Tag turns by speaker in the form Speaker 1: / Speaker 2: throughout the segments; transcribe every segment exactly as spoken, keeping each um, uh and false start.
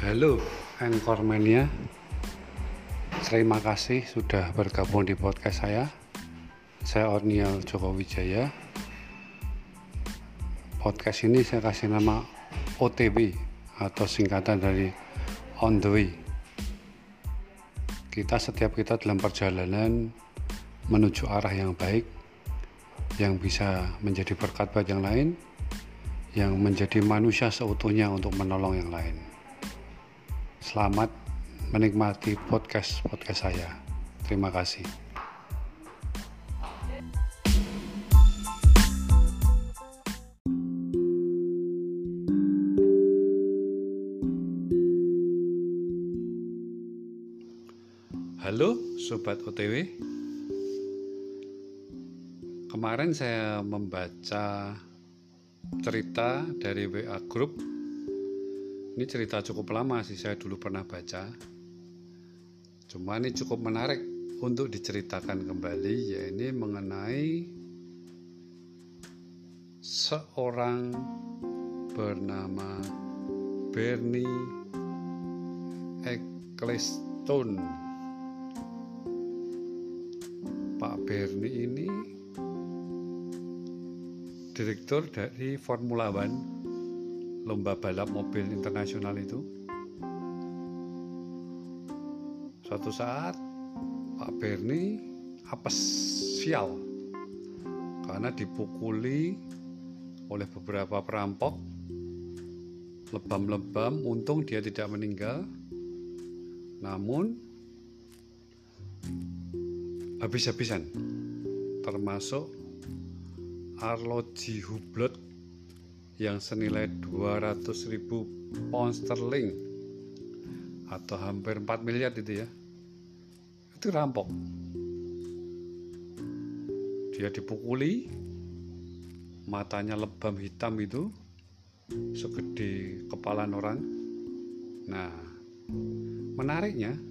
Speaker 1: Halo Anchormania, terima kasih sudah bergabung di podcast saya. Saya Orniel Joko Wijaya. Podcast ini saya kasih nama O T W atau singkatan dari On The Way. Kita setiap kita dalam perjalanan menuju arah yang baik, yang bisa menjadi berkat buat yang lain, yang menjadi manusia seutuhnya untuk menolong yang lain. Selamat menikmati podcast-podcast saya. Terima kasih. Halo Sobat O T W. Kemarin saya membaca cerita dari W A Group. Ini cerita cukup lama sih, saya dulu pernah baca. Cuma ini cukup menarik untuk diceritakan kembali, yaitu mengenai seorang bernama Bernie Ecclestone. Pak Bernie ini direktur dari Formula One, lomba balap mobil internasional itu. Suatu saat Pak Bernie apes sial karena dipukuli oleh beberapa perampok, lebam-lebam. Untung dia tidak meninggal, namun habis-habisan, termasuk arloji Hublot yang senilai dua ratus ribu pound sterling atau hampir empat miliar itu ya, itu rampok. Dia dipukuli, matanya lebam hitam itu segede kepalan orang. Nah, menariknya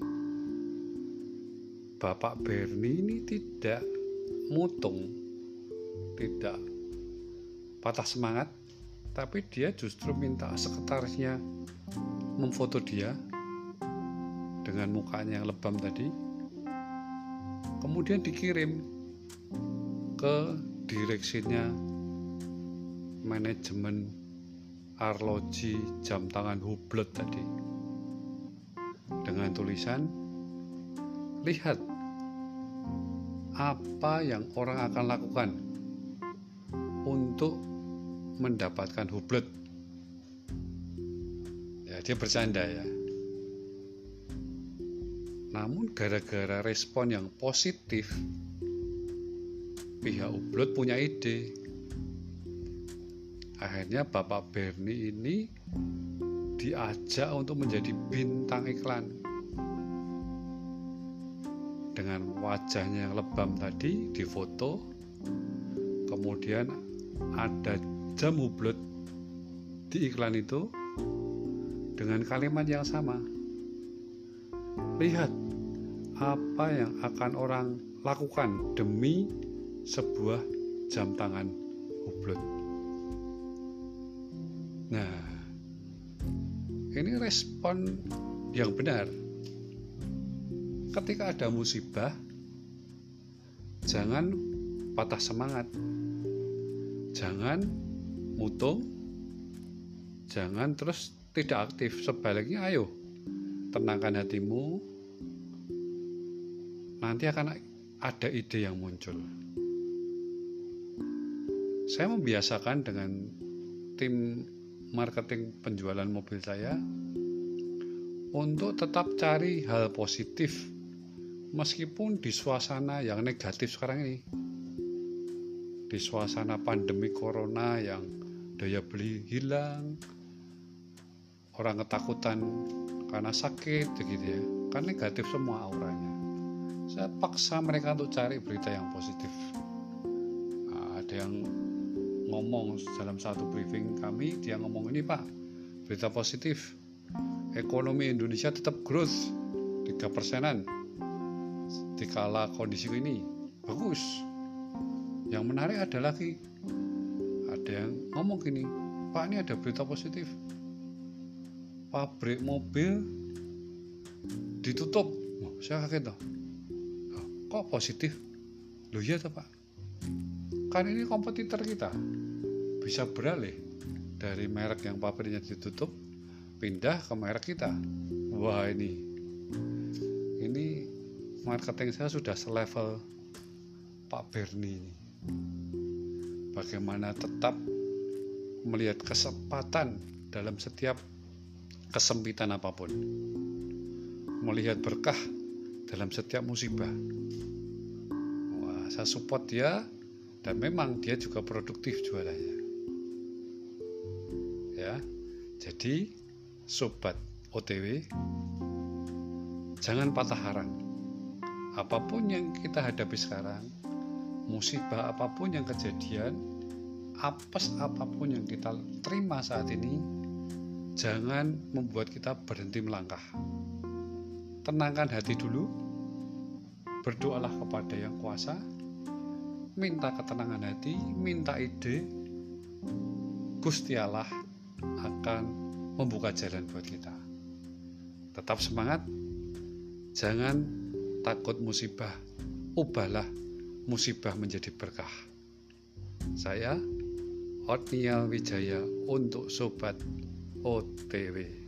Speaker 1: Bapak Bernie ini tidak mutung, tidak patah semangat, tapi dia justru minta sekretarisnya memfoto dia dengan mukanya yang lebam tadi, kemudian dikirim ke direksinya manajemen arloji jam tangan Hublot tadi, dengan tulisan, lihat apa yang orang akan lakukan untuk mendapatkan Hublot. Ya, dia bercanda ya. Namun gara-gara respon yang positif, pihak Hublot punya ide. Akhirnya Bapak Bernie ini diajak untuk menjadi bintang iklan. Dengan wajahnya yang lebam tadi difoto, kemudian ada jam Hublot di iklan itu dengan kalimat yang sama. Lihat apa yang akan orang lakukan demi sebuah jam tangan Hublot. Nah, ini respon yang benar. Ketika ada musibah, jangan patah semangat, jangan mutung, jangan terus tidak aktif. Sebaliknya, ayo tenangkan hatimu, nanti akan ada ide yang muncul. Saya membiasakan dengan tim marketing penjualan mobil saya untuk tetap cari hal positif meskipun di suasana yang negatif sekarang ini, di suasana pandemi corona yang daya beli hilang, orang ketakutan karena sakit begitu ya, kan negatif semua auranya. Saya paksa mereka untuk cari berita yang positif. Nah, ada yang ngomong dalam satu briefing kami, dia ngomong, ini Pak, berita positif, ekonomi Indonesia tetap growth tiga persenan dikala kondisi ini. Bagus. Yang menarik ada lagi, ada yang ngomong gini, Pak, ini ada berita positif, pabrik mobil ditutup. Oh, saya kaget toh. Oh, kok positif? Loh iya toh Pak. Kan ini kompetitor kita bisa beralih dari merek yang pabriknya ditutup pindah ke merek kita. Wah ini ini marketing saya sudah selevel Pak Berni ini. Bagaimana tetap melihat kesempatan dalam setiap kesempitan apapun, melihat berkah dalam setiap musibah. Wah, saya support dia, dan memang dia juga produktif jualannya. Ya, jadi sobat O T W, jangan patah arang. Apapun yang kita hadapi sekarang, musibah apapun yang kejadian, apes apapun yang kita terima saat ini, jangan membuat kita berhenti melangkah. Tenangkan hati dulu, berdoalah kepada Yang Kuasa, minta ketenangan hati, minta ide. Gusti Allah akan membuka jalan buat kita. Tetap semangat, jangan takut musibah, ubahlah musibah menjadi berkah. Saya Otniel Wijaya untuk Sobat O T W.